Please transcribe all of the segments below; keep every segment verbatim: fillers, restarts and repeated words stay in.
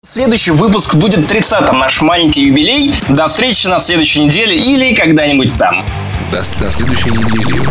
Следующий выпуск будет тридцатым, наш маленький юбилей. До встречи на следующей неделе или когда-нибудь там. До, до следующей недели.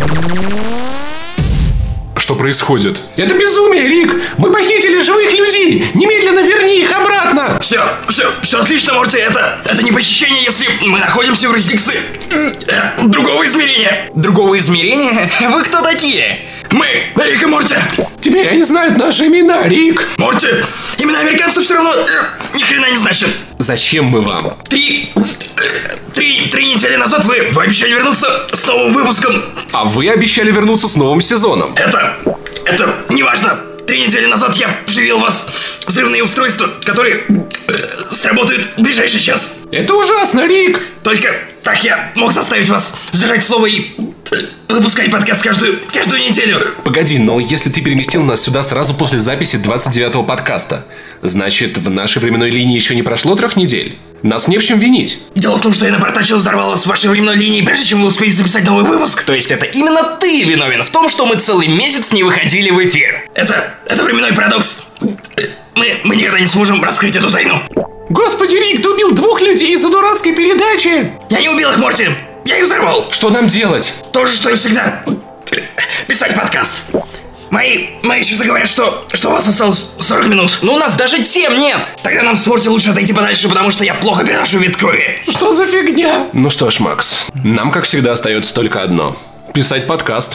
Что происходит? Это безумие, Рик! Мы похитили живых людей! Немедленно верни их обратно! Все, все, все отлично, Морти. Это, это не похищение, если мы находимся в юрисдикции э, другого измерения. Другого измерения? Вы кто такие? Мы, Рик и Морти. Теперь они знают наши имена, Рик. Морти, имена американцев все равно э, ни хрена не значат. Зачем мы вам? Три, э, три, три недели назад вы, вы обещали вернуться с новым выпуском. А вы обещали вернуться с новым сезоном. Это, это не важно. Три недели назад я привил вас взрывные устройства, которые э, сработают в ближайший час. Это ужасно, Рик. Только так я мог заставить вас сдержать слово и э, выпускать подкаст каждую, каждую неделю. Погоди, но если ты переместил нас сюда сразу после записи двадцать девятого подкаста, значит, в нашей временной линии еще не прошло трех недель? Нас не в чем винить. Дело в том, что я напортачил, взорвалась в вашей временной линии, прежде чем вы успели записать новый выпуск. То есть это именно ты виновен в том, что мы целый месяц не выходили в эфир? Это, это временной парадокс. Мы, мы никогда не сможем раскрыть эту тайну. Господи, Рик, ты убил двух людей из-за дурацкой передачи. Я не убил их, Морти. Я их взорвал. Что нам делать? То же, что и всегда. Писать подкаст. Мои, мои часы говорят, что, что у вас осталось сорок минут. Ну у нас даже тем нет. Тогда нам с Морти лучше отойти подальше, потому что я плохо переношу вид крови. Что за фигня? Ну что ж, Макс, нам, как всегда, остается только одно. Писать подкаст.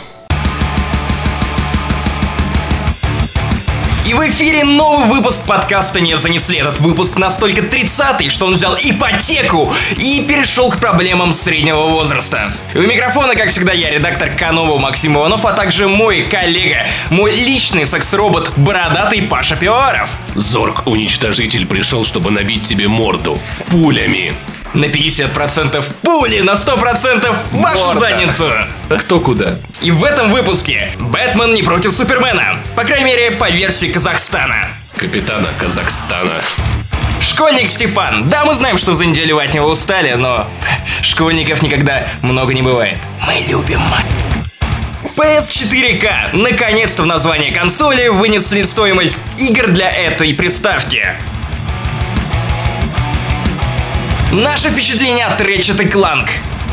И в эфире новый выпуск подкаста «Не занесли». Этот выпуск настолько тридцатый, что он взял ипотеку и перешел к проблемам среднего возраста. У микрофона, как всегда, я, редактор Канова Максим Иванов, а также мой коллега, мой личный секс-робот, бородатый Паша Пивоваров. Зорг-уничтожитель пришел, чтобы набить тебе морду пулями. На пятьдесят процентов пули, на сто процентов вашу Морда. задницу. Кто куда? И в этом выпуске Бэтмен не против Супермена. По крайней мере, по версии Казахстана. Капитана Казахстана. Школьник Степан. Да, мы знаем, что за неделю вы от него устали, но школьников никогда много не бывает. Мы любим. пи эс четыре ка. Наконец-то в название консоли вынесли стоимость игр для этой приставки. Наши впечатления от Ratchet и Clank.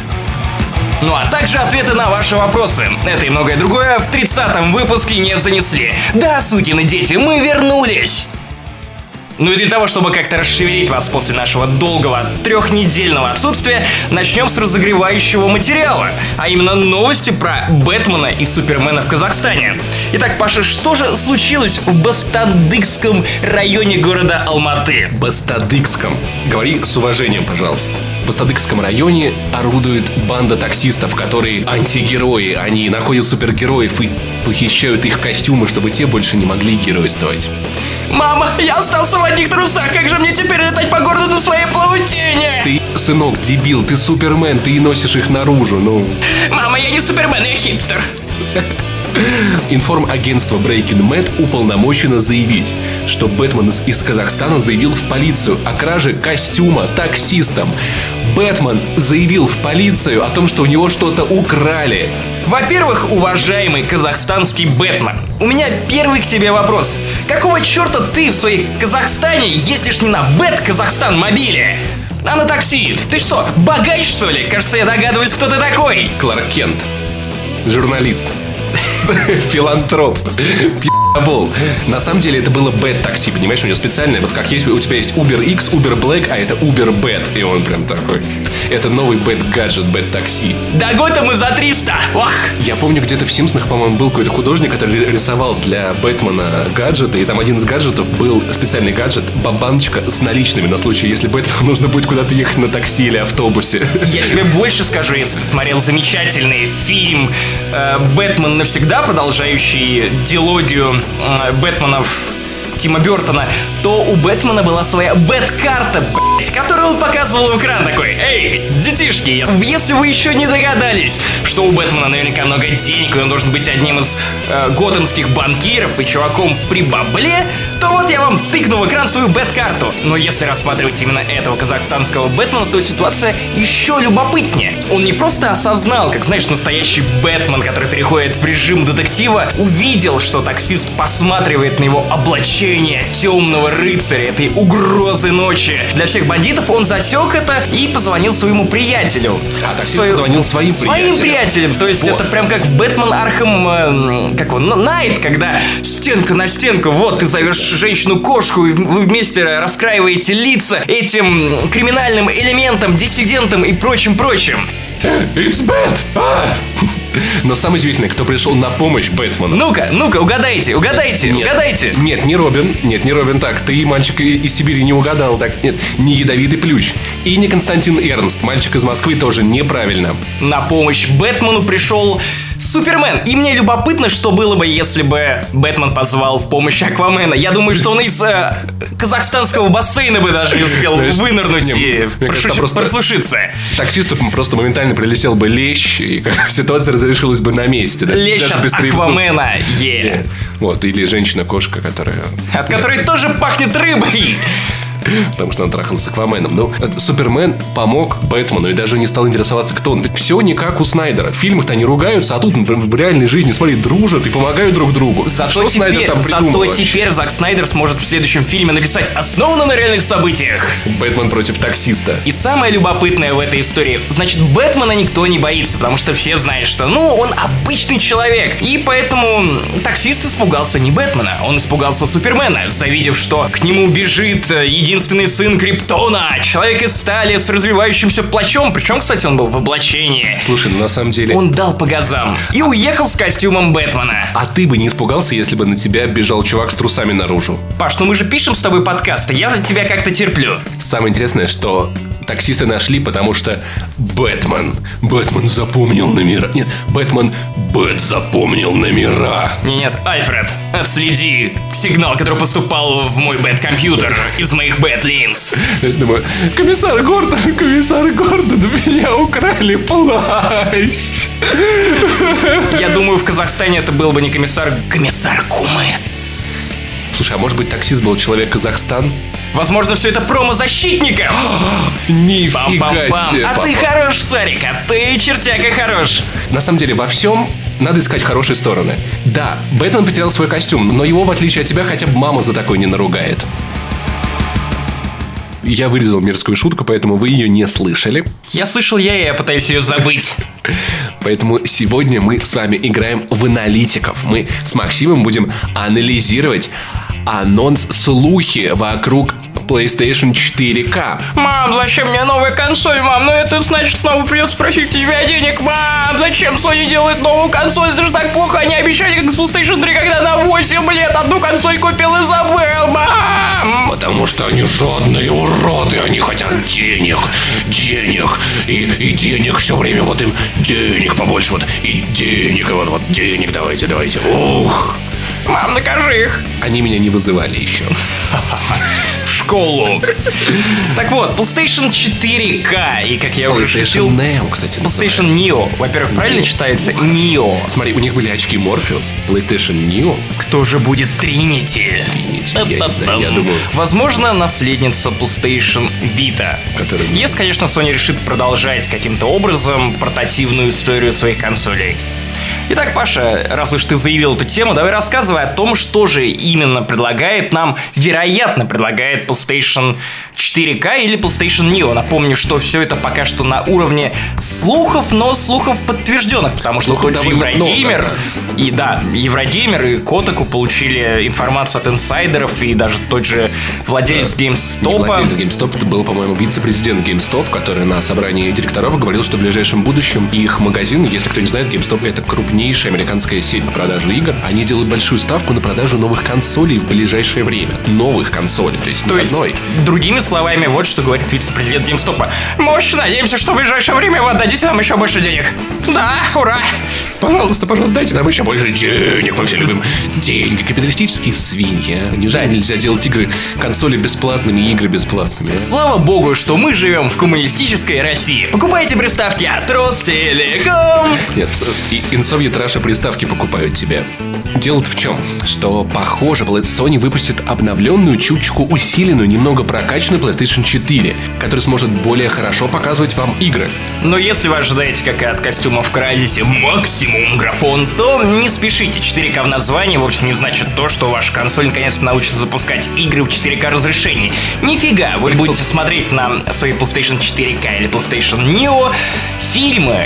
Ну а также ответы на ваши вопросы. Это и многое другое в тридцатом выпуске «Не занесли». Да, сукины дети, мы вернулись! Ну и для того, чтобы как-то расшевелить вас после нашего долгого трехнедельного отсутствия, начнем с разогревающего материала, а именно новости про Бэтмена и Супермена в Казахстане. Итак, Паша, что же случилось в Бастадыкском районе города Алматы? Бастадыкском. Говори с уважением, пожалуйста. В Бастадыкском районе орудует банда таксистов, которые антигерои. Они находят супергероев и похищают их костюмы, чтобы те больше не могли геройствовать. Мама, я остался в одних трусах, как же мне теперь летать по городу на своей паутине? Ты, сынок, дебил, ты Супермен, ты и носишь их наружу, ну... Мама, я не Супермен, я хипстер. Информагентство Breaking Mad уполномочено заявить, что Бэтмен из, из Казахстана заявил в полицию о краже костюма таксистам. Бэтмен заявил в полицию о том, что у него что-то украли. Во-первых, уважаемый казахстанский Бэтмен, у меня первый к тебе вопрос. Какого черта ты в своей Казахстане ездишь не на Бэт Казахстан мобиле, а на такси? Ты что, богач, что ли? Кажется, я догадываюсь, кто ты такой. Кларк Кент. Журналист. Филантроп. Пи***бол. На самом деле это было Бэт-такси, понимаешь? У него специальное, вот как есть, у тебя есть Uber X, Uber Black, а это Uber Бэт. И он прям такой. Это новый Бэт-гаджет, Бэт-такси. Да Готэм и за триста! Ох! Я помню, где-то в Симпсонах, по-моему, был какой-то художник, который рисовал для Бэтмена гаджеты, и там один из гаджетов был специальный гаджет, бабаночка с наличными на случай, если Бэтмену нужно будет куда-то ехать на такси или автобусе. Я тебе больше скажу, если ты смотрел замечательный фильм э, «Бэтмен навсегда», продолжающий дилогию э, Бэтменов Тима Бёртона, то у Бэтмена была своя Бэт-карта, блять, которую он показывал в экран такой: эй, детишки, если вы еще не догадались, что у Бэтмена наверняка много денег, и он должен быть одним из э, готэмских банкиров и чуваком при бабле, то вот я вам тыкну в экран свою Бэт-карту. Но если рассматривать именно этого казахстанского Бэтмена, то ситуация еще любопытнее. Он не просто осознал, как, знаешь, настоящий Бэтмен, который переходит в режим детектива, увидел, что таксист посматривает на его облачение приближения темного рыцаря, этой угрозы ночи. Для всех бандитов он засек это и позвонил своему приятелю. А таксист Свой... позвонил своим приятелям. Своим приятелям. То есть вот. Это прям как в Бэтмен Архам э, как он, Найт, когда стенка на стенку, вот ты зовешь женщину-кошку, и вы вместе раскраиваете лица этим криминальным элементам, диссидентам и прочим-прочим. It's bad! Ah! Но самое удивительное, кто пришел на помощь Бэтмену. Ну-ка, ну-ка, угадайте, угадайте, нет, угадайте. Нет, не Робин, нет, не Робин, так, ты, мальчик из Сибири, не угадал, так, нет, не Ядовитый Плющ. И не Константин Эрнст, мальчик из Москвы, тоже неправильно. На помощь Бэтмену пришел Супермен. И мне любопытно, что было бы, если бы Бэтмен позвал в помощь Аквамена. Я думаю, что он из э, казахстанского бассейна бы даже не успел вынырнуть и прослушиться. Таксисту просто моментально прилетел бы лещ, и ситуация разрешилась бы на месте. Лещ от Аквамена, е. Вот, или женщина-кошка, которая... От которой тоже пахнет рыбой. Потому что он трахался с Акваменом. Но Супермен помог Бэтмену и даже не стал интересоваться, кто он. Ведь все не как у Снайдера. В фильмах-то они ругаются, а тут в реальной жизни, смотри, дружат и помогают друг другу. Зато что теперь, Снайдер там придумал? Зато теперь Зак Снайдер сможет в следующем фильме написать «Основано на реальных событиях». Бэтмен против таксиста. И самое любопытное в этой истории, значит, Бэтмена никто не боится, потому что все знают, что, ну, он обычный человек. И поэтому таксист испугался не Бэтмена, он испугался Супермена, завидев, что к нему бежит единственный единственный сын Криптона, человек из стали с развивающимся плащом. Причем, кстати, он был в облачении. Слушай, ну на самом деле... Он дал по газам и уехал с костюмом Бэтмена. А ты бы не испугался, если бы на тебя бежал чувак с трусами наружу? Паш, ну мы же пишем с тобой подкасты, я за тебя как-то терплю. Самое интересное, что таксисты нашли, потому что Бэтмен. Бэтмен запомнил номера. Нет, Бэтмен Бэт запомнил номера. Нет, Альфред, отследи сигнал, который поступал в мой Бэт-компьютер из моих Бэт-линз. Я думаю, комиссар Гордон, комиссар Гордон, у меня украли плащ. Я думаю, в Казахстане это был бы не комиссар, комиссар Кумыс. Слушай, а может быть таксист был человек Казахстан? Возможно, все это промо-защитников. Нифига себе. А ты хорош, Сарик, а ты чертяка хорош. На самом деле, во всем надо искать хорошие стороны. Да, Бэтмен потерял свой костюм, но его, в отличие от тебя, хотя бы мама за такое не наругает. Я вырезал мерзкую шутку, поэтому вы ее не слышали. Я слышал, я и я пытаюсь ее забыть. Поэтому сегодня мы с вами играем в аналитиков. Мы с Максимом будем анализировать анонс-слухи вокруг PlayStation четыре ка. Мам, зачем мне новая консоль, мам? Ну это значит снова придется просить у тебя денег, мам. Зачем Sony делает новую консоль? Это же так плохо, они обещали, как с PlayStation три, когда на восемь лет одну консоль купил и забыл, мам. Потому что они жадные уроды, они хотят денег, денег, и, и денег все время, вот им денег побольше, вот, и денег, и вот, вот, денег давайте, давайте, ух. Мам, накажи их. Они меня не вызывали еще. В школу. Так вот, PlayStation четыре ка. И как я уже шутил... PlayStation Neo, кстати, PlayStation Neo. Во-первых, правильно читается? Neo. Смотри, у них были очки Morpheus. PlayStation Neo. Кто же будет Trinity? Trinity, я не знаю, я думаю. Возможно, наследница PlayStation Vita. Который... Если, конечно, Sony решит продолжать каким-то образом портативную историю своих консолей. Итак, Паша, раз уж ты заявил эту тему, давай рассказывай о том, что же именно предлагает нам, вероятно, предлагает PlayStation четыре ка или PlayStation Neo. Напомню, что все это пока что на уровне слухов, но слухов подтвержденных, потому что слухов тот же Еврогеймер, много, да. и да, Еврогеймер и Kotaku получили информацию от инсайдеров, и даже тот же владелец да. GameStop. Не владелец GameStop, это был, по-моему, вице-президент GameStop, который на собрании директоров говорил, что в ближайшем будущем их магазин, если кто не знает, GameStop — это крупнейшая американская сеть по продаже игр. Они делают большую ставку на продажу новых консолей в ближайшее время. Новых консолей, то есть то не есть, одной. Другими словами, вот что говорит вице-президент GameStop. Мы очень надеемся, что в ближайшее время вы отдадите нам еще больше денег. Да, ура! Пожалуйста, пожалуйста, дайте нам еще больше денег. Мы все любим деньги. Капиталистические свиньи. Неужели да. нельзя делать игры, консоли бесплатными и игры бесплатными? А? Слава богу, что мы живем в коммунистической России. Покупайте приставки от Ростелеком. Нет, in Soviet готовят Раша приставки покупают тебе. Дело в чем, что, похоже, Sony выпустит обновленную, чуточку усиленную, немного прокачанную PlayStation четыре, которая сможет более хорошо показывать вам игры. Но если вы ожидаете, как и от костюмов в Crysis, максимум графон, то не спешите. четыре ка в названии вовсе не значит то, что ваша консоль наконец-то научится запускать игры в четыре ка разрешении. Нифига, вы будете смотреть на своей PlayStation четыре ка или PlayStation Neo фильмы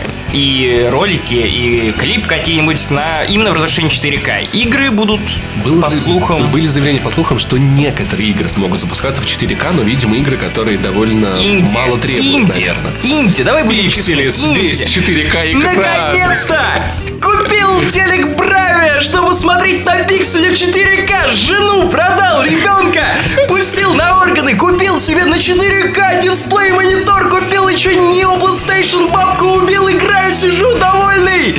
и ролики, и клип какие-нибудь на именно в разрешении четыре ка. Игры будут, Было по за... слухам... Были заявления по слухам, что некоторые игры смогут запускаться в четыре ка, но, видимо, игры, которые довольно Инди. мало требуют, Инди. наверное. Инди, давай будем Пиксели, честны. весь Инди. четыре ка экран. Наконец-то! Купил телек Бравия, чтобы смотреть на пиксели в четыре ка. Жену продал, ребенка пустил на органы, купил себе на четыре ка дисплей, монитор, купил еще Neo PlayStation, бабку убил, играю, сижу довольный.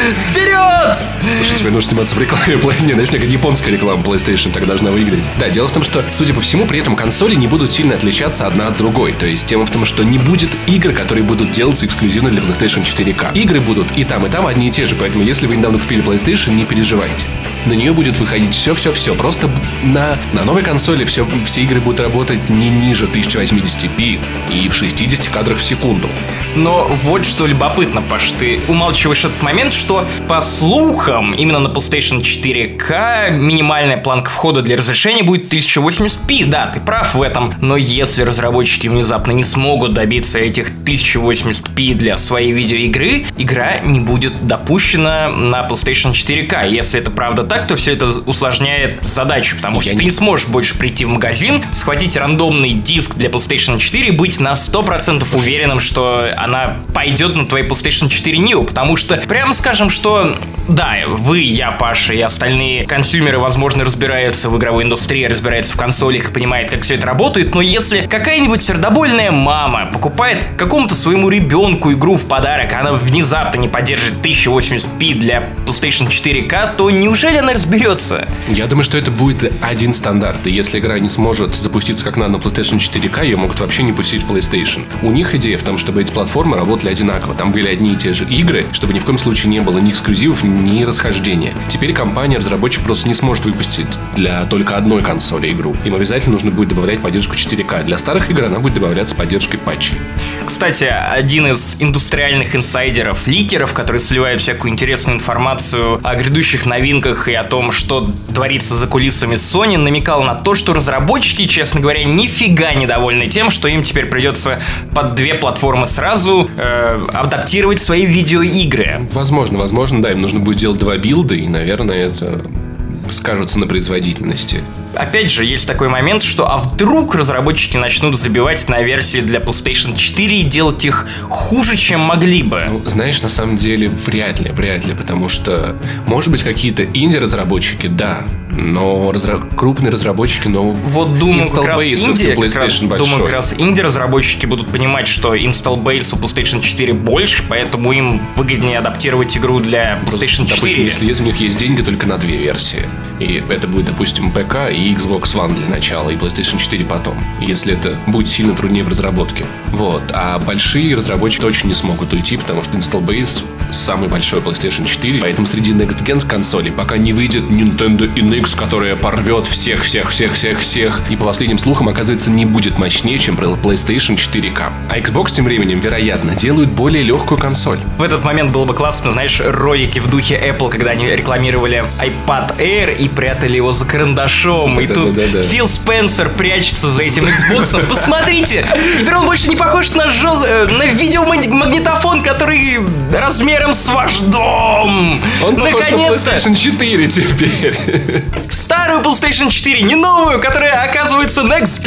Вперед! Слушай, тебе нужно сниматься в рекламе. Не, знаешь, мне как японская реклама PlayStation так должна выглядеть. Да, дело в том, что, судя по всему, при этом консоли не будут сильно отличаться одна от другой. То есть тема в том, что не будет игр, которые будут делаться эксклюзивно для PlayStation четыре ка. Игры будут и там, и там одни и те же. Поэтому, если вы недавно купили PlayStation, не переживайте. На нее будет выходить все-все-все. Просто на, на новой консоли все, все игры будут работать не ниже тысяча восемьдесят пи и в шестидесяти кадрах в секунду. Но вот что любопытно, Паш, ты умалчиваешь этот момент, что по слухам именно на PlayStation четыре ка минимальная планка входа для разрешения будет тысяча восемьдесят пи. Да, ты прав в этом. Но если разработчики внезапно не смогут добиться этих тысяча восемьдесят пи для своей видеоигры, игра не будет допущена на PlayStation четыре ка. Если это правда так, то все это усложняет задачу, потому что Я ты не... не сможешь больше прийти в магазин, схватить рандомный диск для PlayStation четыре и быть на сто процентов уверенным, что она пойдет на твоей PlayStation четыре Neo, потому что, прямо скажем, что да, вы, я, Паша и остальные консюмеры, возможно, разбираются в игровой индустрии, разбираются в консолях и понимают, как все это работает, но если какая-нибудь сердобольная мама покупает какому-то своему ребенку игру в подарок, а она внезапно не поддержит тысяча восемьдесят пи для PlayStation четыре ка, то неужели она разберется? Я думаю, что это будет один стандарт. И если игра не сможет запуститься как надо на PlayStation четыре ка, ее могут вообще не пустить в PlayStation. У них идея в том, чтобы эти платформы работали одинаково. Там были одни и те же игры, чтобы ни в коем случае не было ни эксклюзивов, ни расхождения. Теперь компания, разработчик просто не сможет выпустить для только одной консоли игру. Им обязательно нужно будет добавлять поддержку четыре ка. Для старых игр она будет добавляться с поддержкой патчей. Кстати, один из индустриальных инсайдеров, ликеров, которые сливают всякую интересную информацию о грядущих новинках и о том, что творится за кулисами Sony, намекал на то, что разработчики, честно говоря, нифига недовольны тем, что им теперь придется под две платформы сразу э, адаптировать свои видеоигры. Возможно, возможно, да, им нужно будет делать два билда, и, наверное, это скажется на производительности. Опять же, есть такой момент, что а вдруг разработчики начнут забивать на версии для PlayStation четыре и делать их хуже, чем могли бы? Ну, знаешь, на самом деле, вряд ли, вряд ли, потому что, может быть, какие-то инди-разработчики, да, но разра... крупные разработчики, но вот думаю, как раз инди, как раз, думаю, как раз инди-разработчики будут понимать, что install base у PlayStation четыре больше, поэтому им выгоднее адаптировать игру для PlayStation четыре. Допустим, если есть, у них есть деньги только на две версии, и это будет, допустим, ПК и Xbox One для начала, и PlayStation четыре потом, если это будет сильно труднее в разработке. Вот. А большие разработчики точно не смогут уйти, потому что install base самый большой PlayStation четыре, поэтому среди Next Gen консолей пока не выйдет Nintendo эн икс, которая порвет всех-всех-всех-всех-всех, и по последним слухам, оказывается, не будет мощнее, чем PlayStation четыре ка. А Xbox тем временем, вероятно, делают более легкую консоль. В этот момент было бы классно, знаешь, ролики в духе Apple, когда они рекламировали iPad Air и прятали его за карандашом, и да, тут да, да, да. Фил Спенсер прячется за этим Xbox. Посмотрите, теперь он больше не похож на, жоз... на видеомагнитофон, который размером с ваш дом. Он наконец-то похож на PlayStation четыре теперь. Старую PlayStation четыре, не новую, которая оказывается Next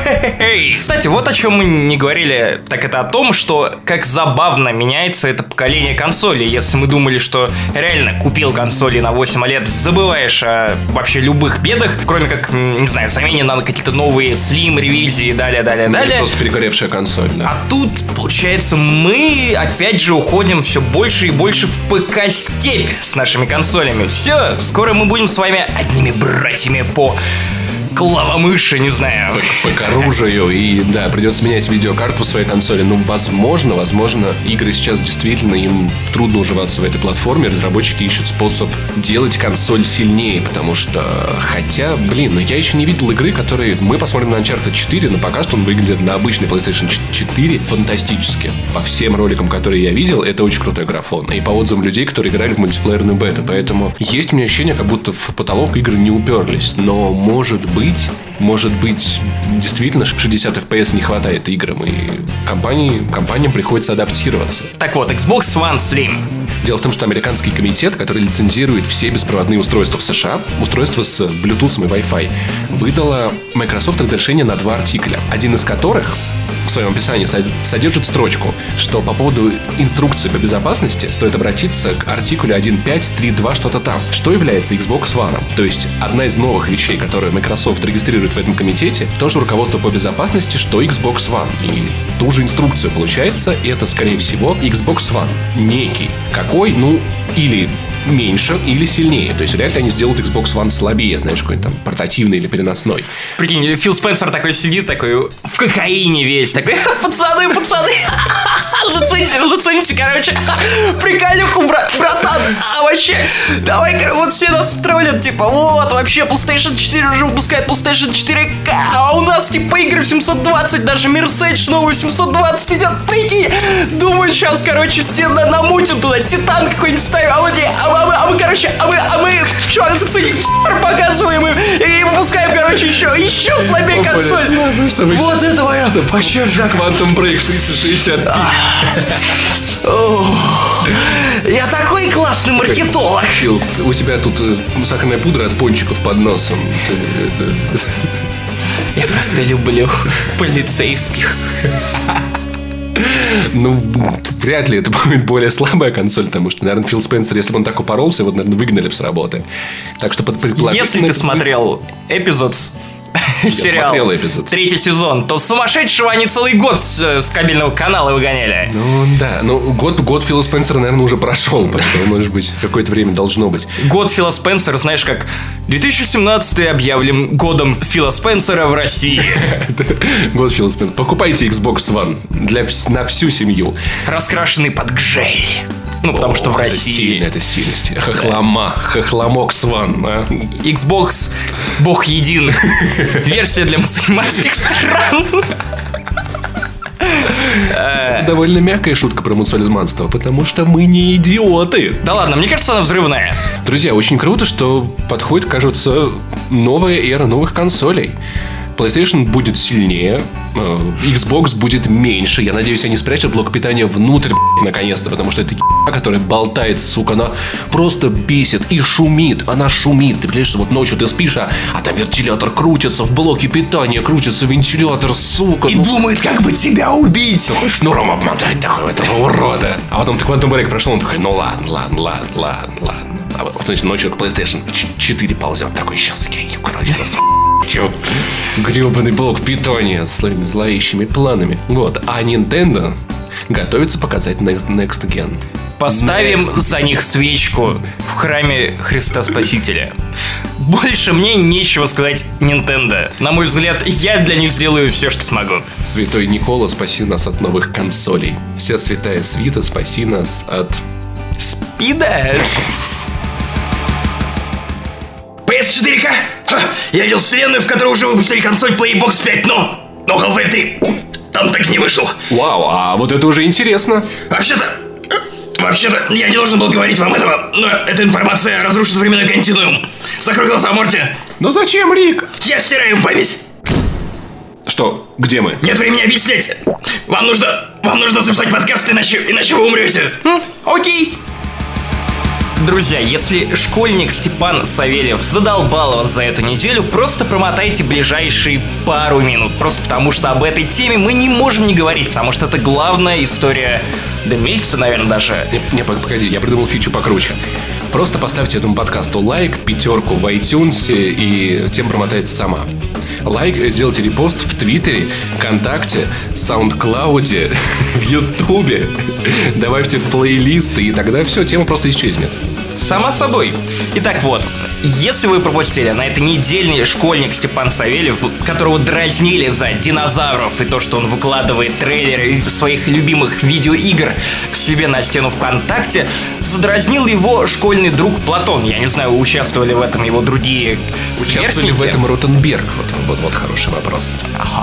Gen. Кстати, вот о чем мы не говорили, так это о том, что как забавно меняется это поколение консолей. Если мы думали, что реально купил консоли на восемь лет, забываешь о вообще любых бедах, кроме как, не знаю, замене на какие-то новые Slim, ревизии и далее, далее, ну, далее. Просто перегоревшая консоль, да. А тут, получается, мы опять же уходим все больше и больше в ПК-степь с нашими консолями. Все, скоро мы будем с вами одними братьями по клавомыши, не знаю. По, по оружию, и да, придется менять видеокарту в своей консоли. Ну, возможно, возможно, игры сейчас действительно им трудно уживаться в этой платформе. Разработчики ищут способ делать консоль сильнее, потому что, хотя, блин, ну я еще не видел игры, которые... Мы посмотрим на Uncharted четыре, но пока что он выглядит на обычной PlayStation четыре фантастически. По всем роликам, которые я видел, это очень крутой графон. И по отзывам людей, которые играли в мультиплеерную бету. Поэтому есть у меня ощущение, как будто в потолок игры не уперлись. Но может быть, может быть, действительно шестьдесят эф пи эс не хватает играм, и компании, компаниям приходится адаптироваться. Так вот, Xbox One Slim. Дело в том, что американский комитет, который лицензирует все беспроводные устройства в США, устройства с Bluetooth и Wi-Fi, выдала Microsoft разрешение на два артикля, один из которых в своем описании содержит строчку, что по поводу инструкции по безопасности стоит обратиться к артикулю один точка пять точка три точка два что-то там, что является Xbox One. То есть одна из новых вещей, которые Microsoft регистрирует в этом комитете, тоже руководство по безопасности, что Xbox One. И ту же инструкцию получается, это, скорее всего, Xbox One. Некий. Какой? Ну, или меньше, или сильнее. То есть вряд ли они сделают Xbox One слабее, знаешь, какой-то там портативный или переносной. Прикинь, Фил Спенсер такой сидит, такой в кокаине весь, такой, пацаны, пацаны, зацените, зацените, короче, приколюху, брат, братан, а вообще, давай, вот все нас троллят, типа, вот, вообще, PlayStation четыре уже выпускает PlayStation четыре ка, а у нас, типа, игры в семьсот двадцать, даже Mirror's Edge новый семьсот двадцать идет, прикинь, думаю, сейчас, короче, стены намутим туда, Титан какой-нибудь ставим, а вот а А мы, а мы, короче, а мы, а мы, чувак, показываем им и выпускаем, короче, еще, еще слабее консоль. Вот это моя, вообще жак. Quantum Break триста шестьдесят. Я такой классный маркетолог. Фил, у тебя тут сахарная пудра от пончиков под носом. Я просто люблю полицейских. Ну, вряд ли это будет более слабая консоль, потому что, наверное, Фил Спенсер, если бы он так упоролся, его, наверное, выгнали бы с работы. Так что предположительно... Если ты смотрел Episodes, сериал, третий сезон, то сумасшедшего они целый год с, с кабельного канала выгоняли. Ну, да. Ну, год, год Фила Спенсера, наверное, уже прошел, поэтому, может быть, какое-то время должно быть. Год Фила Спенсера, знаешь, как две тысячи семнадцатый объявлен годом Фила Спенсера в России. Год Фила Спенсера. Покупайте Xbox One для, на всю семью. Раскрашенный под гжель. Ну, потому что в России. Это стильность. Хохлома. Хохломокс One. Xbox Бог един. Версия для мусульманских стран. Это довольно мягкая шутка про мусульманство, потому что мы не идиоты. Да ладно, мне кажется, она взрывная. Друзья, очень круто, что подходит, кажется, новая эра новых консолей. PlayStation будет сильнее, Xbox будет меньше. Я надеюсь, они спрячут блок питания внутрь, наконец-то, потому что это которая болтает, сука, она просто бесит и шумит. Она шумит. Ты понимаешь, что вот ночью ты спишь, а, а там вентилятор крутится, в блоке питания крутится вентилятор, сука. И ну... думает, как бы тебя убить. Такой шнуром обмотать, такой этого урода. А потом ты Quantum Break прошел, он такой, ну ладно, ладно, ладно, ладно, ладно. А вот, значит, ночью к PlayStation четыре ползет, такой, сейчас я, короче, нас гребаный блок питания с своими зловещими планами. Вот. А Nintendo готовится показать Next, Next Gen. Поставим Next. за них свечку в храме Христа Спасителя. Больше мне нечего сказать Nintendo. На мой взгляд, я для них сделаю все, что смогу. Святой Никола, спаси нас от новых консолей. Вся святая свита, спаси нас от... Спида? пи эс четыре ка? Ха, я видел вселенную, в которой уже выпустили консоль Playbox пять, но... Но Half-Life три там так и не вышел. Вау, а вот это уже интересно. Вообще-то... Вообще-то, я не должен был говорить вам этого, но эта информация разрушит временной континуум. Закрой глаза, Морти. Ну зачем, Рик? Я стираю им память. Что? Где мы? Нет времени объяснять. Вам нужно... Вам нужно записать подкаст, иначе, иначе вы умрете. М? Окей. Друзья, если школьник Степан Савельев задолбал вас за эту неделю, просто промотайте ближайшие пару минут. Просто потому, что об этой теме мы не можем не говорить, потому что это главная история до месяца, наверное, даже. Не, не, погоди, я придумал фичу покруче. Просто поставьте этому подкасту лайк, пятерку в iTunes, и тем промотается сама. Лайк, сделайте репост в Твиттере, ВКонтакте, Саундклауде, в Ютубе. Добавьте в плейлисты, и тогда все, тема просто исчезнет. Само собой. Итак, вот. Если вы пропустили, на этой неделе школьник Степан Савельев, которого дразнили за динозавров и то, что он выкладывает трейлеры своих любимых видеоигр к себе на стену ВКонтакте, задразнил его школьный друг Платон. Я не знаю, участвовали в этом его другие сверстники. Участвовали в этом Ротенберг? Вот, вот, вот хороший вопрос.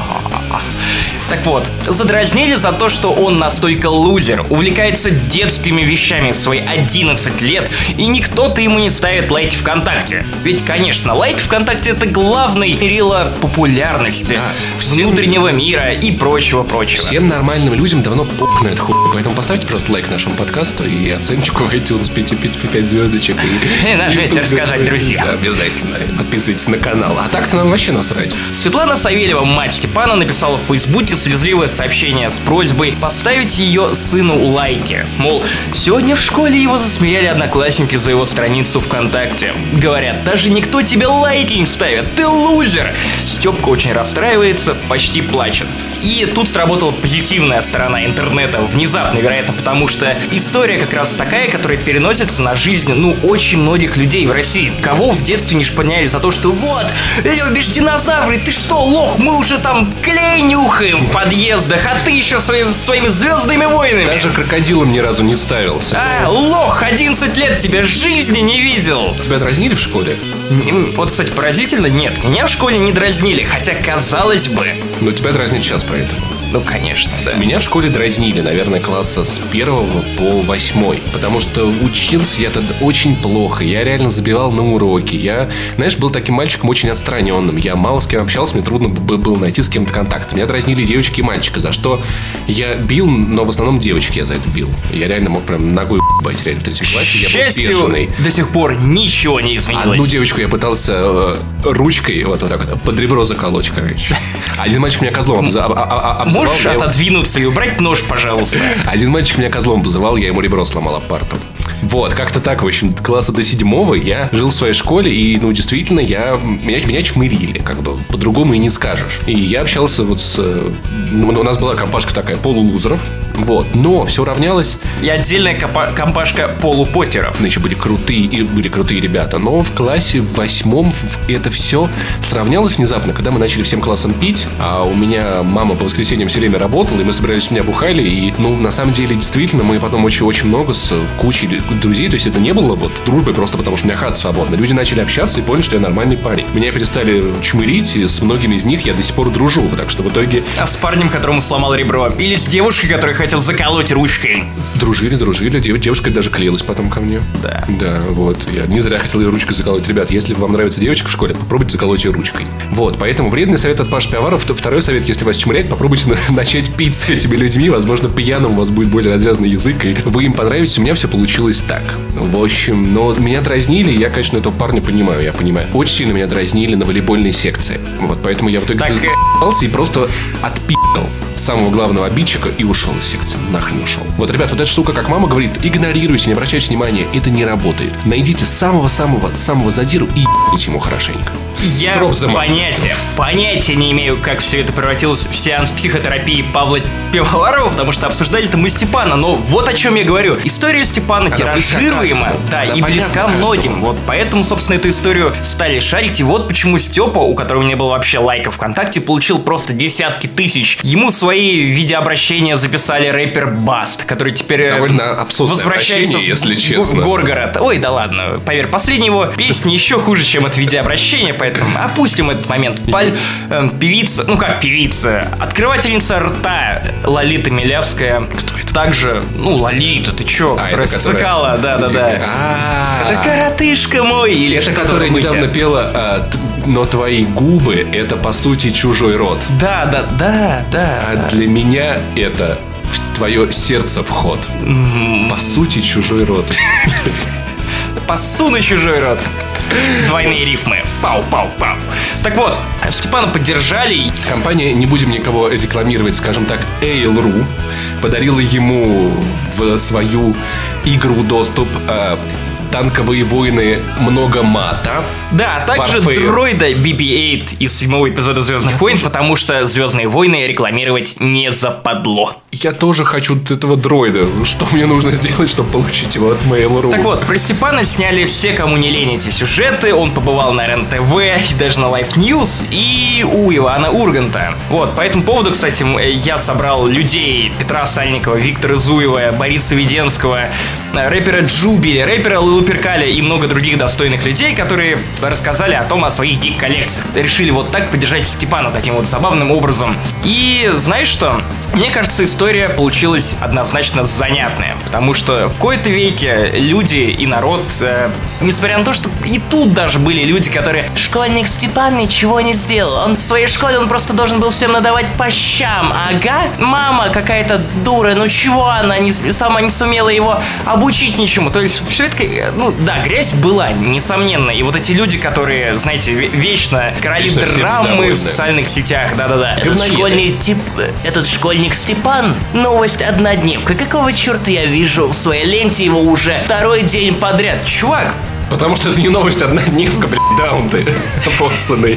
Так вот, задразнили за то, что он настолько лузер, увлекается детскими вещами в свои одиннадцать лет, и никто-то ему не ставит лайки ВКонтакте. Ведь, конечно, лайк ВКонтакте — это главный мерило популярности, да, всем... внутреннего мира и прочего-прочего. Всем нормальным людям давно пук на эту хуйню. Поэтому поставьте просто лайк нашему подкасту и оценочку в iTunes пять звездочек. И нажмите рассказать друзьям. Да, обязательно. Подписывайтесь на канал. А так-то нам вообще насрать. Светлана Савельева, мать Степана, написала в Фейсбуке слезливое сообщение с просьбой поставить ее сыну лайки. Мол, сегодня в школе его засмеяли одноклассники за его страницу ВКонтакте. Говорят, даже никто тебе лайки не ставит, ты лузер. Степка очень расстраивается, почти плачет. И тут сработала позитивная сторона интернета. Внезапно, вероятно, потому что история как раз такая, которая переносится на жизнь, ну, очень многих людей в России. Кого в детстве не шпыняли за то, что вот, любишь динозавры, ты что, лох, мы уже там клей нюхаем в подъездах, а ты еще своим, своими звездными войнами. Даже крокодилом ни разу не ставился. А, лох, одиннадцать лет тебя жизни не видел. Тебя дразнили в школе? Вот, кстати, поразительно, нет, меня в школе не дразнили, хотя казалось бы. Но тебя дразнят сейчас поэтому. Ну, конечно, да. Меня в школе дразнили, наверное, класса с первого по восьмой. Потому что учился я тогда очень плохо. Я реально забивал на уроки. Я, знаешь, был таким мальчиком очень отстраненным. Я мало с кем общался, мне трудно было найти с кем-то контакт. Меня дразнили девочки и мальчики, за что я бил, но в основном девочки я за это бил. Я реально мог прям ногой ебать, реально в третьем классе. Я был бешеный. До сих пор ничего не изменилось. Одну девочку я пытался э, ручкой вот, вот так вот под ребро заколоть, короче. Один мальчик меня козлом обзывал. Можешь отодвинуться и убрать нож, пожалуйста. Один мальчик меня козлом обзывал, я ему ребро сломал об парту. Вот, как-то так, в общем, класса до седьмого я жил в своей школе, и, ну, действительно, я, меня, меня чмырили, как бы, по-другому и не скажешь. И я общался вот с... Ну, у нас была компашка такая полулузеров, вот, но все равнялось... И отдельная компа- компашка полупотеров. Ну, еще были крутые, и были крутые ребята, но в классе в восьмом это все сравнялось внезапно, когда мы начали всем классом пить, а у меня мама по воскресеньям все время работала, и мы собирались, меня бухали, и, ну, на самом деле, действительно, мы потом очень-очень много с кучей друзей, то есть это не было вот дружбой просто потому, что у меня хата свободна. Люди начали общаться и поняли, что я нормальный парень. Меня перестали чмырить, и с многими из них я до сих пор дружу, так что в итоге... А с парнем, которому сломал ребро? Или с девушкой, которую хотел заколоть ручкой? Дружили, дружили. Дев- девушка даже клеилась потом ко мне. Да. Да, вот. Я не зря хотел ее ручкой заколоть. Ребят, если вам нравится девочка в школе, попробуйте заколоть ее ручкой. Вот, поэтому вредный совет от Паши Пивоварова. Второй совет, если вас чмырять, попробуйте начать пить с этими людьми. Возможно, пьяным у вас будет более развязанный язык, и вы им понравитесь. У меня все получилось так. В общем, но меня дразнили, я, конечно, этого парня понимаю, я понимаю. Очень сильно меня дразнили на волейбольной секции. Вот, поэтому я в итоге за***ался и просто отпи***л самого главного обидчика и ушел из секции. Нахрен ушел. Вот, ребят, вот эта штука, как мама говорит, игнорируйте, не обращайте внимания, это не работает. Найдите самого-самого-самого задиру и ебните ему хорошенько. Я понятия, понятия не имею, как все это превратилось в сеанс психотерапии Павла Пивоварова, потому что обсуждали-то мы Степана, но вот о чем я говорю. История Степана тиражируема, да, и близка многим. Вот поэтому, собственно, эту историю стали шарить, и вот почему Степа, у которого не было вообще лайков ВКонтакте, получил просто десятки тысяч. Ему свои видеообращения записали рэпер Баст, который теперь довольно возвращается в, если честно. в Горгород. Ой, да ладно, поверь, последняя его песня еще хуже, чем это видеообращение, поэтому опустим этот момент. Паль, э, певица, ну как певица, открывательница рта Лолита Милявская. Кто это? Также, ну, Лолита, ты чё? А, которая скакала, да-да-да. Это коротышка мой, или это которая недавно пела «Но твои губы — это, по сути, чужой рот». Да, да, да, да. А для меня это в твое сердце вход. По сути, чужой рот. Посуну чужой рот. Двойные рифмы. Пау-пау-пау. Так вот, Степана поддержали. Компания, не будем никого рекламировать, скажем так, Эйл.ру подарила ему в свою игру доступ э, танковые войны много мата. Да, а также Warfare. Дроида би би восемь из седьмого эпизода Звездных Я войн, тоже. Потому что Звездные войны рекламировать не западло. Я тоже хочу этого дроида. Что мне нужно сделать, чтобы получить его от Mail.ru? Так вот, про Степана сняли все, кому не лень, эти сюжеты. Он побывал на РЕН-ТВ, и даже на Life News, и у Ивана Урганта. Вот, по этому поводу, кстати, я собрал людей: Петра Сальникова, Виктора Зуева, Бориса Веденского, рэпера Джуби, рэпера Луперкаля и много других достойных людей, которые рассказали о том, о своих гик-коллекциях. Решили вот так поддержать Степана таким вот забавным образом. И знаешь что? Мне кажется, история получилась однозначно занятная, потому что в кои-то веке люди и народ, э, несмотря на то, что и тут даже были люди, которые: школьник Степан ничего не сделал, он в своей школе он просто должен был всем надавать по щам, ага, мама какая-то дура, ну чего она не, сама не сумела его обучить ничему. То есть все это, ну да, грязь была, несомненно, и вот эти люди, которые, знаете, вечно короли Вечно драмы в да. социальных сетях, да-да-да. Этот Говноеды. школьный тип, этот школьник Степан, новость однодневка, какого черта я вижу в своей ленте его уже второй день подряд? Чувак, Потому что это не новость, однодневка, блядь, даун ты, поссанный.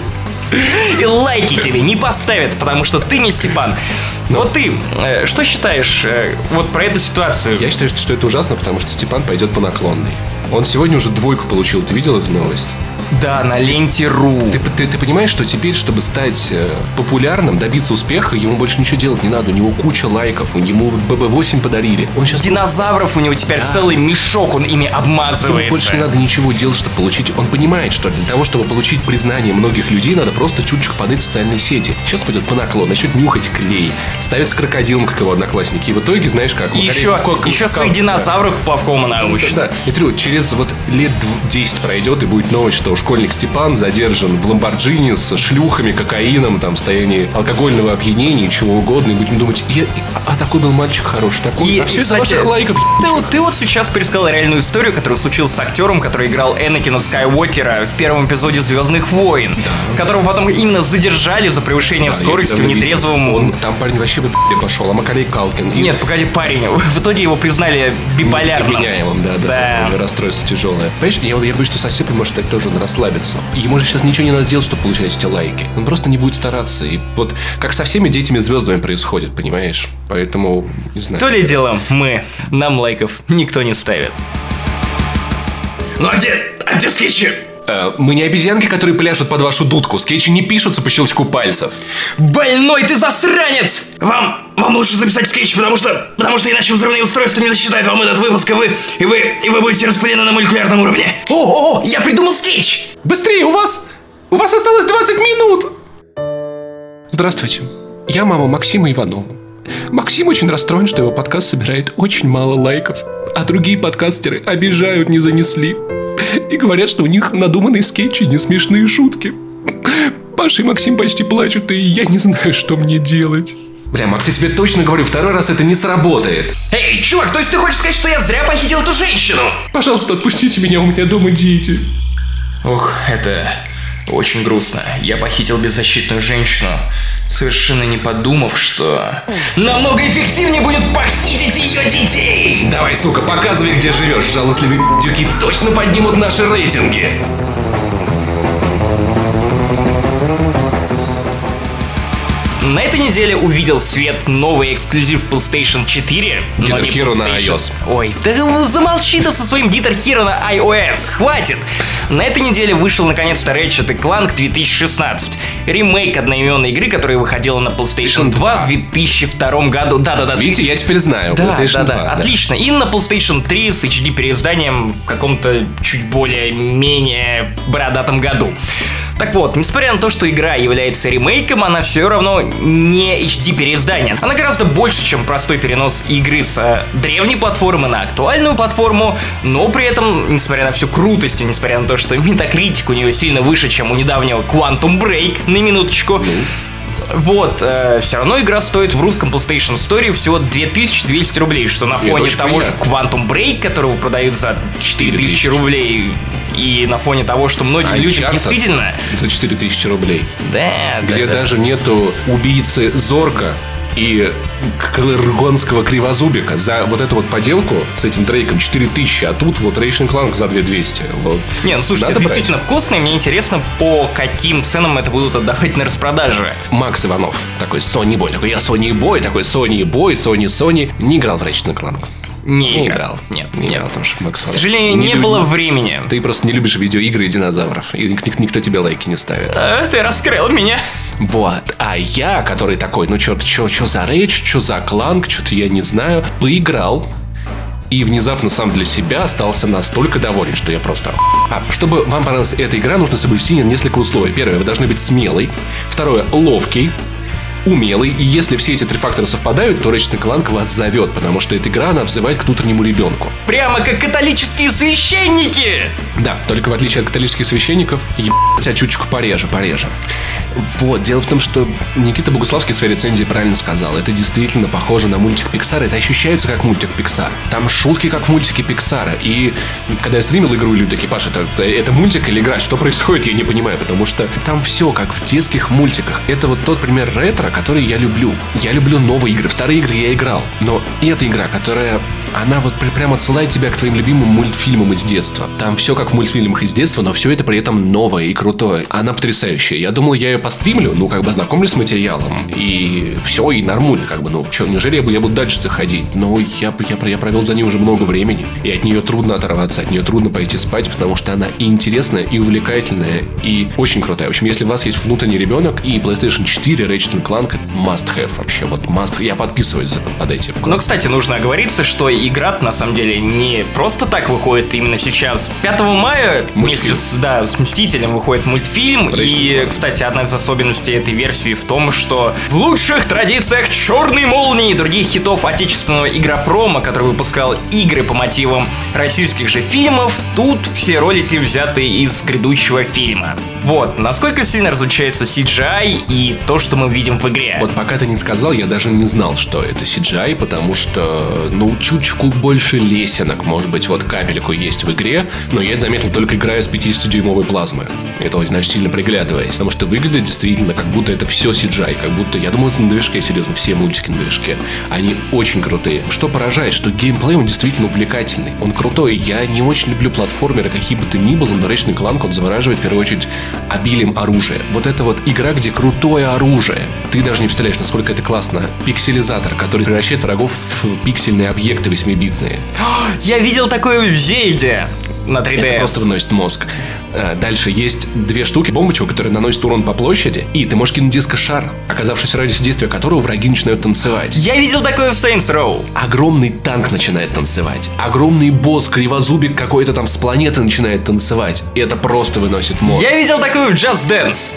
и лайки тебе не поставят, потому что ты не Степан. Вот ты, э, что считаешь э, вот про эту ситуацию? Я считаю, что это ужасно, потому что Степан пойдет по наклонной. Он сегодня уже двойку получил. Ты видел эту новость? Да, на ленте.ру. Ты, ты, ты понимаешь, что теперь, чтобы стать э, популярным, добиться успеха, ему больше ничего делать не надо. У него куча лайков, ему бэ бэ восемь подарили. Он сейчас... Динозавров у него теперь Да. целый мешок, он ими Ему обмазывается. больше не надо ничего делать, чтобы получить... Он понимает, что для того, чтобы получить признание многих людей, надо просто чуточку подать в социальные сети. Сейчас пойдет по наклону, начнет нюхать клей, ставится крокодилом, как его одноклассники. И в итоге, знаешь как... И еще, как- еще как- своих да. динозавров плавком научит. Да, и трю, через вот лет десять пройдет, и будет новость, что школьник Степан задержан в Ламборджини с шлюхами, кокаином, там, в состоянии алкогольного опьянения, чего угодно, и будем думать, «Я- а, а такой был мальчик хороший, такой, И, а все из-за кстати, ваших лайков». Ты, вот- ты вот сейчас пересказал реальную историю, которая случилась с актером, который играл Энакина Скайуокера в первом эпизоде «Звездных войн», которого потом именно задержали за превышение Да, скорости я в недавно нетрезвом... видел. Он, там парень вообще бы пошел, а Макалей Калкин. и- Нет, погоди, парень, в итоге его признали биполярным. Меняемым, да, да, Да. у него расстройство тяжелое. Понимаешь, я, я боюсь, что со Степой может так тоже он расслабиться. Ему же сейчас ничего не надо делать, чтобы получать эти лайки. Он просто не будет стараться. И вот как со всеми детьми-звездами происходит, понимаешь? Поэтому, не знаю. То ли дело мы, нам лайков никто не ставит. Ну а где, а где скетчи? Э, мы не обезьянки, которые пляшут под вашу дудку. Скетчи не пишутся по щелчку пальцев. Больной ты засранец! Вам, вам лучше записать скетч, потому что, потому что иначе взрывные устройства не засчитают вам этот выпуск, и вы, и вы, и вы будете распылены на молекулярном уровне. О, о, о, я придумал скетч! Быстрее, у вас... У вас осталось двадцать минут! Здравствуйте. Я мама Максима Иванова. Максим очень расстроен, что его подкаст собирает очень мало лайков, а другие подкастеры обижают, не занесли. И говорят, что у них надуманные скетчи, не смешные шутки. Паша и Максим почти плачут, и я не знаю, что мне делать. Бля, Макс, я тебе точно говорю, второй раз это не сработает. Эй, чувак, то есть ты хочешь сказать, что я зря похитил эту женщину? Пожалуйста, отпустите меня, у меня дома дети. Ох, это очень грустно. Я похитил беззащитную женщину, совершенно не подумав, что намного эффективнее будет похитить ее детей. Давай, сука, показывай, где живешь. Жалостливые дюки точно поднимут наши рейтинги. На этой неделе увидел свет новый эксклюзив PlayStation четыре. но Guitar не Hero на PlayStation. iOS. Ой, да замолчи ты со своим Guitar Hero на iOS, хватит! На этой неделе вышел наконец-то Ratchet и Clank две тысячи шестнадцать. Ремейк одноименной игры, которая выходила на PlayStation два в две тысячи втором году. Да-да-да. Видите, я теперь знаю. Да, PlayStation да, да, два, отлично. И на PlayStation три с эйч ди переизданием в каком-то чуть более-менее бородатом году. Так вот, несмотря на то, что игра является ремейком, она все равно не эйч ди переиздание. Она гораздо больше, чем простой перенос игры с э, древней платформы на актуальную платформу, но при этом, несмотря на всю крутость и несмотря на то, что Metacritic у нее сильно выше, чем у недавнего Quantum Break, на минуточку, вот, э, все равно игра стоит в русском PlayStation Store всего две тысячи двести рублей, что на Это фоне очень того приятно. же Quantum Break, которого продают за четыре тысячи рублей, и на фоне того, что многим А людям Uncharted действительно... за четыре тысячи рублей. Да, Где да, да. даже нету убийцы Зорка, и Клэргонского кривозубика. За вот эту вот поделку с этим Дрейком четыре тысячи, а тут вот Ratchet энд Clank за две тысячи двести. Вот. Не, ну слушайте, Надо это брать. действительно вкусно, и мне интересно, по каким ценам это будут отдавать на распродаже. Макс Иванов, такой Sony Boy, такой я Sony Boy, такой Sony Boy, Sony Sony, не играл в Ratchet энд Clank. Не, Не играл. играл. Нет, Не нет. играл, потому что Макс К Иванов сожалению, не, любит- было времени. Ты просто не любишь видеоигры и динозавров. И ник- никто тебе лайки не ставит. А, ты раскрыл меня. Вот. А я, который такой, ну чё, чё, чё за рейдж, чё за кланк, что-то я не знаю, поиграл. И внезапно сам для себя остался настолько доволен, что я просто... А, чтобы вам понравилась эта игра, нужно соблюсти несколько условий. Первое, вы должны быть смелый. Второе, ловкий. Умелый, и если все эти три фактора совпадают, то Ratchet энд Clank вас зовет, потому что эта игра, она взывает к внутреннему ребенку. Прямо как католические священники. Да, только в отличие от католических священников, ебать тебя чуточку пореже, пореже. Вот, дело в том, что Никита Богуславский в своей рецензии правильно сказал. Это действительно похоже на мультик Pixar, это ощущается как мультик Pixar. Там шутки как в мультике Pixar. И когда я стримил игру, люди такие: Паша, это, это мультик или игра? Что происходит? Я не понимаю, потому что там все как в детских мультиках. Это вот тот пример ретро, который я люблю. Я люблю новые игры. В старые игры я играл. Но эта игра, которая... Она вот при- прям отсылает тебя к твоим любимым мультфильмам из детства. Там все как в мультфильмах из детства, но все это при этом новое и крутое. Она потрясающая. Я думал, я ее постримлю, ну, как бы ознакомлюсь с материалом. И все, и нормально, как бы, ну, что, неужели я, бы- я буду дальше заходить? Но я, я, я провел за ней уже много времени. И от нее трудно оторваться, от нее трудно пойти спать, потому что она и интересная, и увлекательная, и очень крутая. В общем, если у вас есть внутренний ребенок и PlayStation четыре, Ratchet энд Clank, must have вообще. Вот must. Я подписываюсь за- под этим. Но, кстати, нужно оговориться, что игра на самом деле не просто так выходит именно сейчас. пятого мая вместе с, да, с Мстителем выходит мультфильм. И, кстати, одна из особенностей этой версии в том, что в лучших традициях Черной Молнии и других хитов отечественного игропрома, который выпускал игры по мотивам российских же фильмов, тут все ролики взяты из грядущего фильма. Вот, насколько сильно различается си джи ай и то, что мы видим в игре. Вот пока ты не сказал, я даже не знал, что это си джи ай, потому что, ну, чуточку больше лесенок, может быть, вот капельку есть в игре, но я это заметил только играя с пятидесятидюймовой плазмы. Это очень сильно приглядываясь, потому что выглядит действительно, как будто это все си джи ай, как будто, я думал, это на движке, серьезно, все мультики на движке. Они очень крутые. Что поражает, что геймплей, он действительно увлекательный, он крутой. Я не очень люблю платформеры, какие бы то ни было, но Ratchet энд Clank, он завораживает в первую очередь обилием оружия. Вот это вот игра, где крутое оружие. Ты даже не представляешь, насколько это классно. Пикселизатор, который превращает врагов в пиксельные объекты восьмибитные. Я видел такое в Зельде на три ди Это эс. просто выносит мозг. А, Дальше есть две штуки бомбочек, которые наносят урон по площади, и ты можешь кинуть диско-шар, оказавшись в радиусе действия которого враги начинают танцевать. Я видел такое в Saints Row. Огромный танк начинает танцевать. Огромный босс, кривозубик какой-то там с планеты начинает танцевать. И это просто выносит мозг. Я видел такое в Just Dance.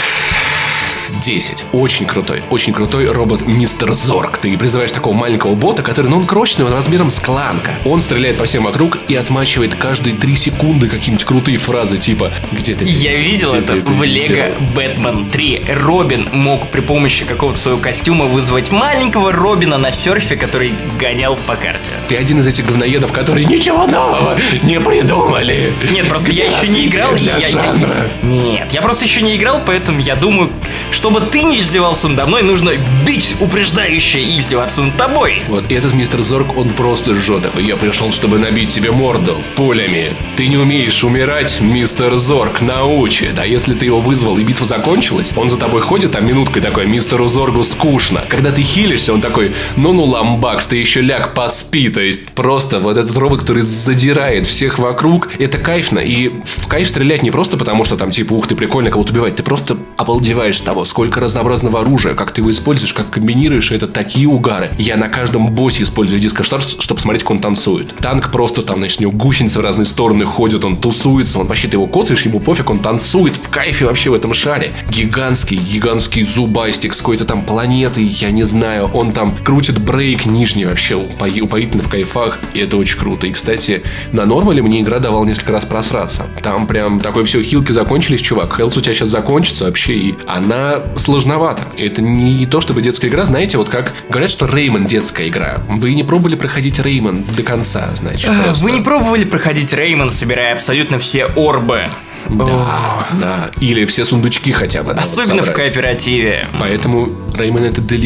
десять. Очень крутой, очень крутой робот Мистер Зорг. Ты призываешь такого маленького бота, который, ну, он крошечный, он размером с кланка. Он стреляет по всем вокруг и отмачивает каждые три секунды какие-нибудь крутые фразы, типа «Где ты?» Я видел Где это ты в видел?» Лего Бэтмен три. Робин мог при помощи какого-то своего костюма вызвать маленького Робина на серфе, который гонял по карте. Ты один из этих говноедов, которые ничего нового не придумали. Нет, просто я еще не играл. Для я- я- жанра. Нет, я просто еще не играл, поэтому я думаю, чтобы ты не издевался надо мной, нужно бить упреждающе и издеваться над тобой. Вот, и этот мистер Зорг, он просто жжет такой: я пришел, чтобы набить тебе морду пулями. Ты не умеешь умирать, мистер Зорг, научит. А если ты его вызвал и битва закончилась, он за тобой ходит там минуткой такой: мистеру Зоргу скучно. Когда ты хилишься, он такой: ну-ну, ламбакс, ты еще ляг, поспи. То есть просто вот этот робот, который задирает всех вокруг, это кайфно. И в кайф стрелять не просто потому, что там типа, ух ты, прикольно кого-то убивать. Ты просто обалдеваешь того, сколько разнообразного оружия, как ты его используешь, как комбинируешь, это такие угары. Я на каждом боссе использую диско-шар, чтобы смотреть, как он танцует. Танк просто там, значит, у него гусеницы в разные стороны ходят, он тусуется, он вообще, ты его коцаешь, ему пофиг, он танцует в кайфе вообще в этом шаре. Гигантский, гигантский зубастик с какой-то там планеты, я не знаю, он там крутит брейк нижний вообще, упои- упоительно в кайфах, и это очень круто. И, кстати, на нормале мне игра давала несколько раз просраться. Там прям такое все, хилки закончились, чувак, хелс у тебя сейчас закончится вообще, и она сложновата. Это не то, чтобы детская игра, знаете, вот как говорят, что Реймон детская игра. Вы не пробовали проходить Реймон до конца, значит. А, просто. Вы не пробовали проходить Реймон, собирая абсолютно все орбы? Да, да. Или все сундучки хотя бы. да, вот Особенно в собрать. кооперативе. Поэтому Реймон это дели...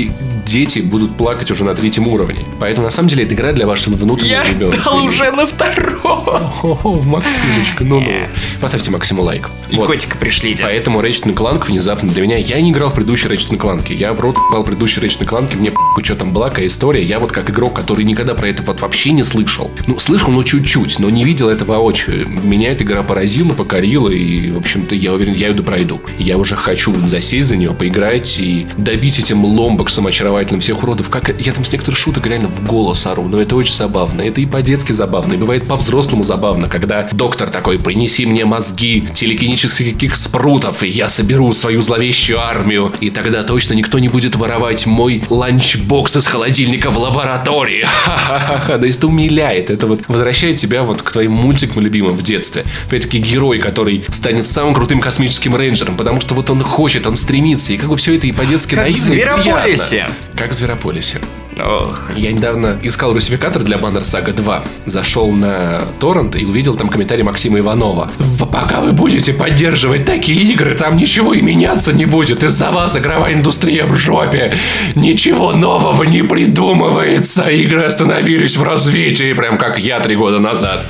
дети будут плакать уже на третьем уровне. Поэтому, на самом деле, это игра для вашего внутреннего Я ребенка. ждал уже на втором. О, Максимочка, ну-ну. Поставьте Максиму лайк. И Вот. котика пришлите. Поэтому Ratchet энд Clank внезапно для меня... Я не играл в предыдущий Ratchet энд Clank. Я в рот ебал предыдущий Ratchet энд Clank. Мне похуй, что там была, какая история. Я вот как игрок, который никогда про это вот вообще не слышал. Ну, слышал, но чуть-чуть, но не видел это воочию. Меня эта игра поразила, покорила. И, в общем-то, я уверен, я ее допройду. Я уже хочу засесть за нее, поиграть и добить этим ломбоксом очаровательным всех уродов. Как я там с некоторых шуток реально в голос ору. Но это очень забавно. Это и по-детски забавно. И бывает по-взрослому забавно, когда доктор такой: принеси мне мозги телекинетических спрутов, и я соберу свою зловещую армию. И тогда точно никто не будет воровать мой ланчбокс из холодильника в лаборатории. Ха-ха-ха. То есть это умиляет. Это вот возвращает тебя вот к твоим мультикам любимым в детстве. Опять-таки герой, который станет самым крутым космическим рейнджером, потому что вот он хочет, он стремится. И как бы все это и по-детски Как наивно в и приятно. Зверополисе. Как в Зверополисе. Ох. Я недавно искал русификатор для Banner Saga два. Зашел на торрент и увидел там комментарий Максима Иванова. Пока вы будете поддерживать такие игры, там ничего и меняться не будет. Из-за вас игровая индустрия в жопе. Ничего нового не придумывается. Игры остановились в развитии, прям как я три года назад.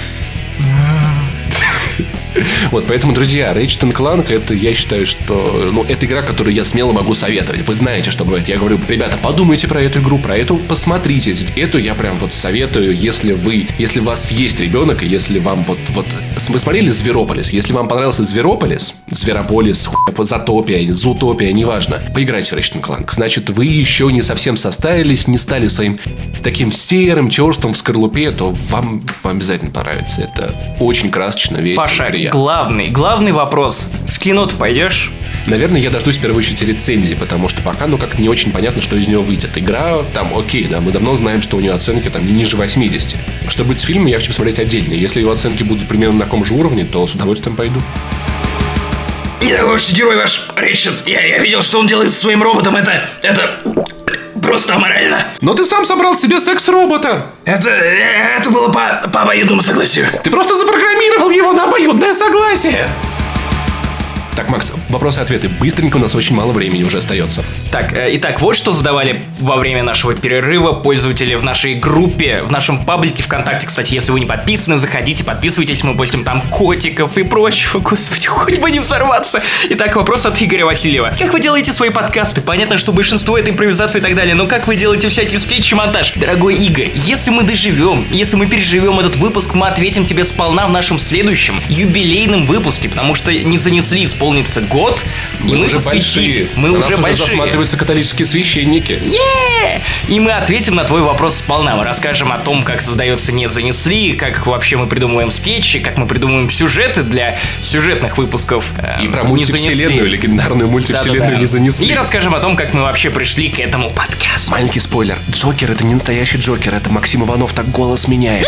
Вот, поэтому, друзья, Ratchet энд Clank, это, я считаю, что, ну, это игра, которую я смело могу советовать. Вы знаете, что бывает. Я говорю: ребята, подумайте про эту игру, про эту посмотрите. Эту я прям вот советую, если вы, если у вас есть ребенок, и если вам вот, вот, вы смотрели Зверополис? Если вам понравился Зверополис, Зверополис, хуй, Затопия, Зутопия, неважно, поиграйте в Ratchet энд Clank. Значит, вы еще не совсем состарились, не стали своим таким серым черством в скорлупе, то вам, вам обязательно понравится. Это очень красочно, весело, Паша, приятно. главный, главный вопрос. В кино ты пойдешь? Наверное, я дождусь в первую очередь рецензии, потому что пока, ну, как не очень понятно, что из него выйдет. Игра там окей, да, мы давно знаем, что у нее оценки там не ниже восьмидесяти. Что будет с фильмом, я хочу посмотреть отдельно. Если его оценки будут примерно на таком же уровне, то с удовольствием пойду. Не такой уж герой ваш Ричард. Я, я видел, что он делает со своим роботом. Это... это... просто аморально. Но ты сам собрал себе секс-робота. Это... это было по, по обоюдному согласию. Ты просто запрограммировал его на обоюдное согласие. Так, Макс, вопросы-ответы. Быстренько, у нас очень мало времени уже остается. Так, э, итак, вот что задавали во время нашего перерыва пользователи в нашей группе, в нашем паблике ВКонтакте. Кстати, если вы не подписаны, заходите, подписывайтесь, мы постим там котиков и прочего. Господи, хоть бы не взорваться. Итак, вопрос от Игоря Васильева. Как вы делаете свои подкасты? Понятно, что большинство это импровизация и так далее, но как вы делаете всякие встречи и монтаж? Дорогой Игорь, если мы доживем, если мы переживем этот выпуск, мы ответим тебе сполна в нашем следующем юбилейном выпуске, потому что не занесли исполниться год, мы, и мы уже посвятим, большие. мы На нас уже уже большие. засматриваются католические священники. Yeah! И мы ответим на твой вопрос сполна. Мы расскажем о том, как создается «Не занесли», как вообще мы придумываем скетчи, как мы придумываем сюжеты для сюжетных выпусков. И про мультивселенную, легендарную мультивселенную Да-да-да. «Не занесли». И расскажем о том, как мы вообще пришли к этому подкасту. Маленький спойлер. Джокер — это не настоящий Джокер, это Максим Иванов так голос меняет.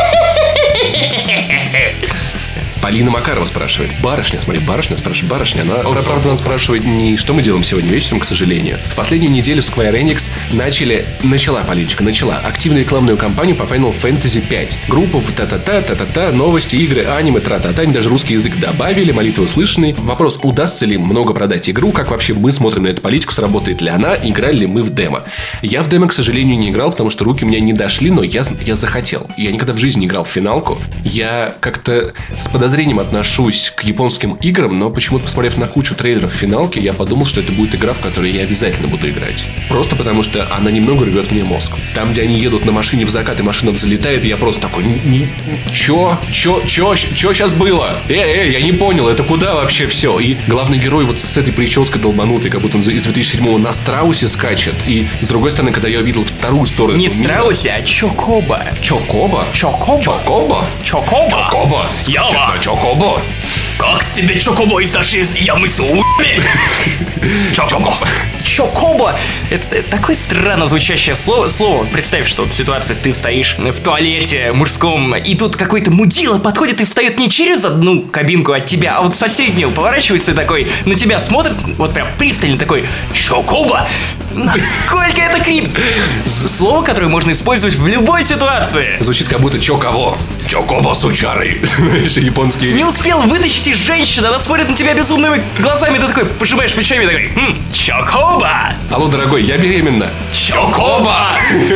Полина Макарова спрашивает. Барышня, смотри, барышня спрашивает. Барышня, она, она правда, нас спрашивает не что мы делаем сегодня вечером, к сожалению. В последнюю неделю Square Enix начали, начала, Полиночка, начала активную рекламную кампанию по Final Fantasy пять. Группа в та-та-та, та-та-та, новости, игры, аниме, тра-та-та, они даже русский язык добавили, молитвы услышаны. Вопрос, удастся ли много продать игру, как вообще мы смотрим на эту политику, сработает ли она, играли ли мы в демо. Я в демо, к сожалению, не играл, потому что руки у меня не дошли, но я, я захотел. Я никогда в жизни не играл в финалку. Я как-то с подозрением отношусь к японским играм, но почему-то, посмотрев на кучу трейлеров финалки, я подумал, что это будет игра, в которой я обязательно буду играть. Просто потому, что она немного рвет мне мозг. Там, где они едут на машине в закат, и машина взлетает, и я просто такой: чё? Чё? Чё? Чё сейчас было? Э, э, я не понял, это куда вообще все? И главный герой вот с этой прической долбанутой, как будто он из две тысячи седьмого на страусе скачет. И с другой стороны, когда я увидел вторую сторону... Не страусе, а чокоба. Чокоба? Чокоба. Чокоба? Чокоба. Чокоба? Скачет Ява. на Чокобо. Как тебе чокобо из нашей ямы с у***ми? Чокобо. Чокоба. Это, это такое странно звучащее слово, слово. Представь, что вот ситуация, ты стоишь в туалете мужском, и тут какой-то мудила подходит и встает не через одну кабинку от тебя, а вот в соседнюю, поворачивается и такой на тебя смотрит, вот прям пристально такой: Чокоба. Насколько это крип. слово, которое можно использовать в любой ситуации. Звучит как будто чё кого? Чокоба с учарой. Знаешь, японские... Не успел вытащить из женщины, она смотрит на тебя безумными глазами, ты такой пожимаешь плечами и такой, хм, чокоба! Алло, дорогой, я беременна. Чокоба!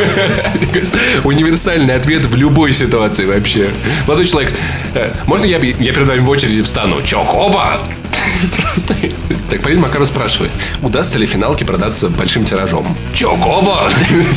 Универсальный ответ в любой ситуации вообще. Молодой человек, э, можно я, я перед вами в очереди встану? Чокоба! Просто... Так, Полина Макарова спрашивает, удастся ли финалке продаться большим тиражом? Чокоба!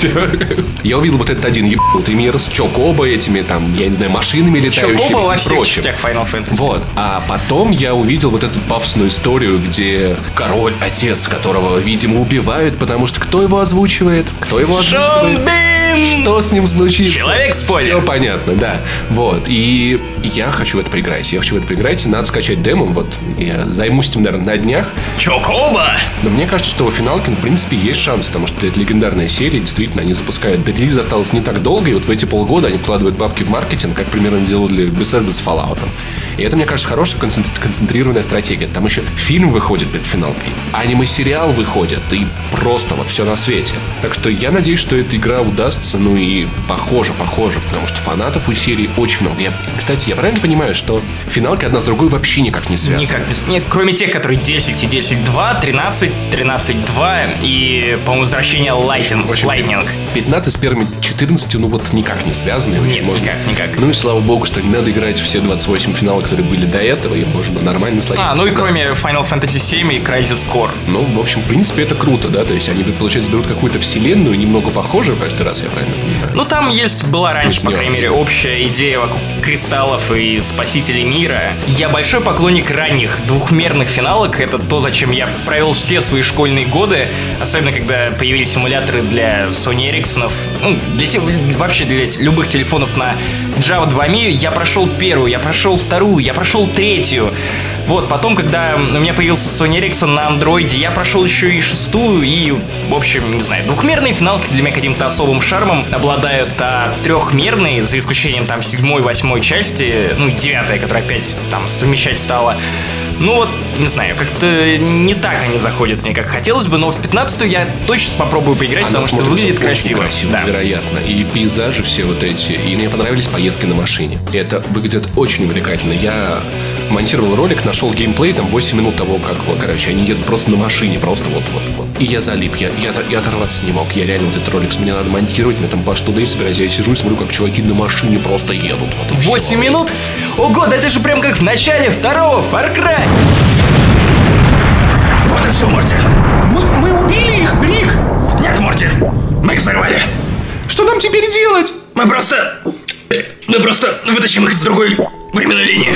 Я увидел вот этот один ебанутый мир с Чокоба, этими там, я не знаю, машинами летающими Чокоба во и всех прочим. частях Final Fantasy. Вот, а потом я увидел вот эту пафосную историю, где король, отец которого, видимо, убивают, потому что кто его озвучивает? Кто его Шон озвучивает? Бин! Что с ним случится? Человек-спойлер. Все понятно, да. Вот, и я хочу в это поиграть. Я хочу в это поиграть, и надо скачать демо. Вот, я займусь этим, наверное, на днях. Чокоба! Но мне кажется, что у финалки, в принципе, есть шанс, потому что это легендарная серия, действительно, они запускают. До релиза осталось не так долго, и вот в эти полгода они вкладывают бабки в маркетинг, как примерно делали Bethesda с Fallout. И это, мне кажется, хорошая концентрированная стратегия. Там еще фильм выходит перед финалкой, аниме-сериал выходит, и просто вот все на свете. Так что я надеюсь, что эта игра удастся, ну и похоже, похоже, потому что фанатов у серии очень много. Я, кстати, я правильно понимаю, что финалка одна с другой вообще никак не связаны? Никак. Нет, кроме тех, которые десять и десять два, тринадцать, тринадцать два и, по-моему, возвращение Lightning. Lightning. пятнадцать с первыми четырнадцатью, ну вот никак не связаны. Нет, можно... никак, никак. Ну и слава богу, что не надо играть все двадцать восемь финалов, которые были до этого, и можно нормально насладиться. А, ну и кроме Final Fantasy семь и Crisis Core. Ну, в общем, в принципе, это круто, да, то есть они, получается, берут какую-то вселенную, немного похожую каждый раз, я правильно понимаю? Ну, там есть, была раньше, по крайней мере, общая идея вокруг кристаллов и спасителей мира. Я большой поклонник ранних двухмерных финалок. Это то, зачем я провел все свои школьные годы. Особенно, когда появились симуляторы для Sony Ericsson. Ну, для те, вообще для любых телефонов на Java два ми. Я прошел первую, я прошел вторую, я прошел третью. Вот, потом, когда у меня появился Sony Ericsson на андроиде, я прошел еще и шестую, и, в общем, не знаю, двухмерные финалки для меня каким-то особым шармом обладают, а трехмерные, за исключением там седьмой, восьмой части, ну и девятая, которая опять там совмещать стала, ну вот, не знаю, как-то не так они заходят мне, как хотелось бы, но в пятнадцатую я точно попробую поиграть, Она потому что выглядит красиво. красиво, да. Невероятно. И пейзажи все вот эти. И мне понравились поездки на машине. И это выглядит очень увлекательно. Я монтировал ролик, нашел геймплей, там восемь минут того, как, вот, короче, они едут просто на машине, просто вот-вот-вот. И я залип, я, я, я оторваться не мог. Я реально вот этот ролик, мне надо монтировать, мне там по что собирать. Я сижу и смотрю, как чуваки на машине просто едут. Вот, восемь минут? Ого, да это же прям как в начале второго Far Cry. Вот и все, Морти. Мы, мы убили их, Рик! Нет, Морти, мы их взорвали. Что нам теперь делать? Мы просто... Мы просто вытащим их с другой временной линии.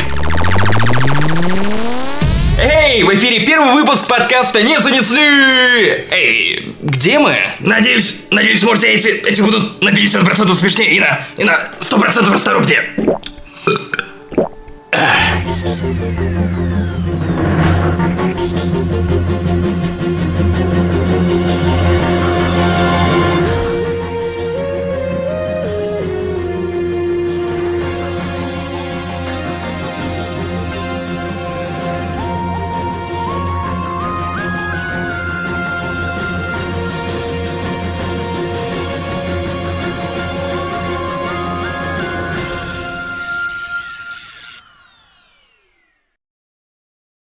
Эй, в эфире первый выпуск подкаста «Не занесли». Эй, где мы? Надеюсь, надеюсь, Морти, эти, эти будут на пятьдесят процентов смешнее и на, и на сто процентов расторопнее.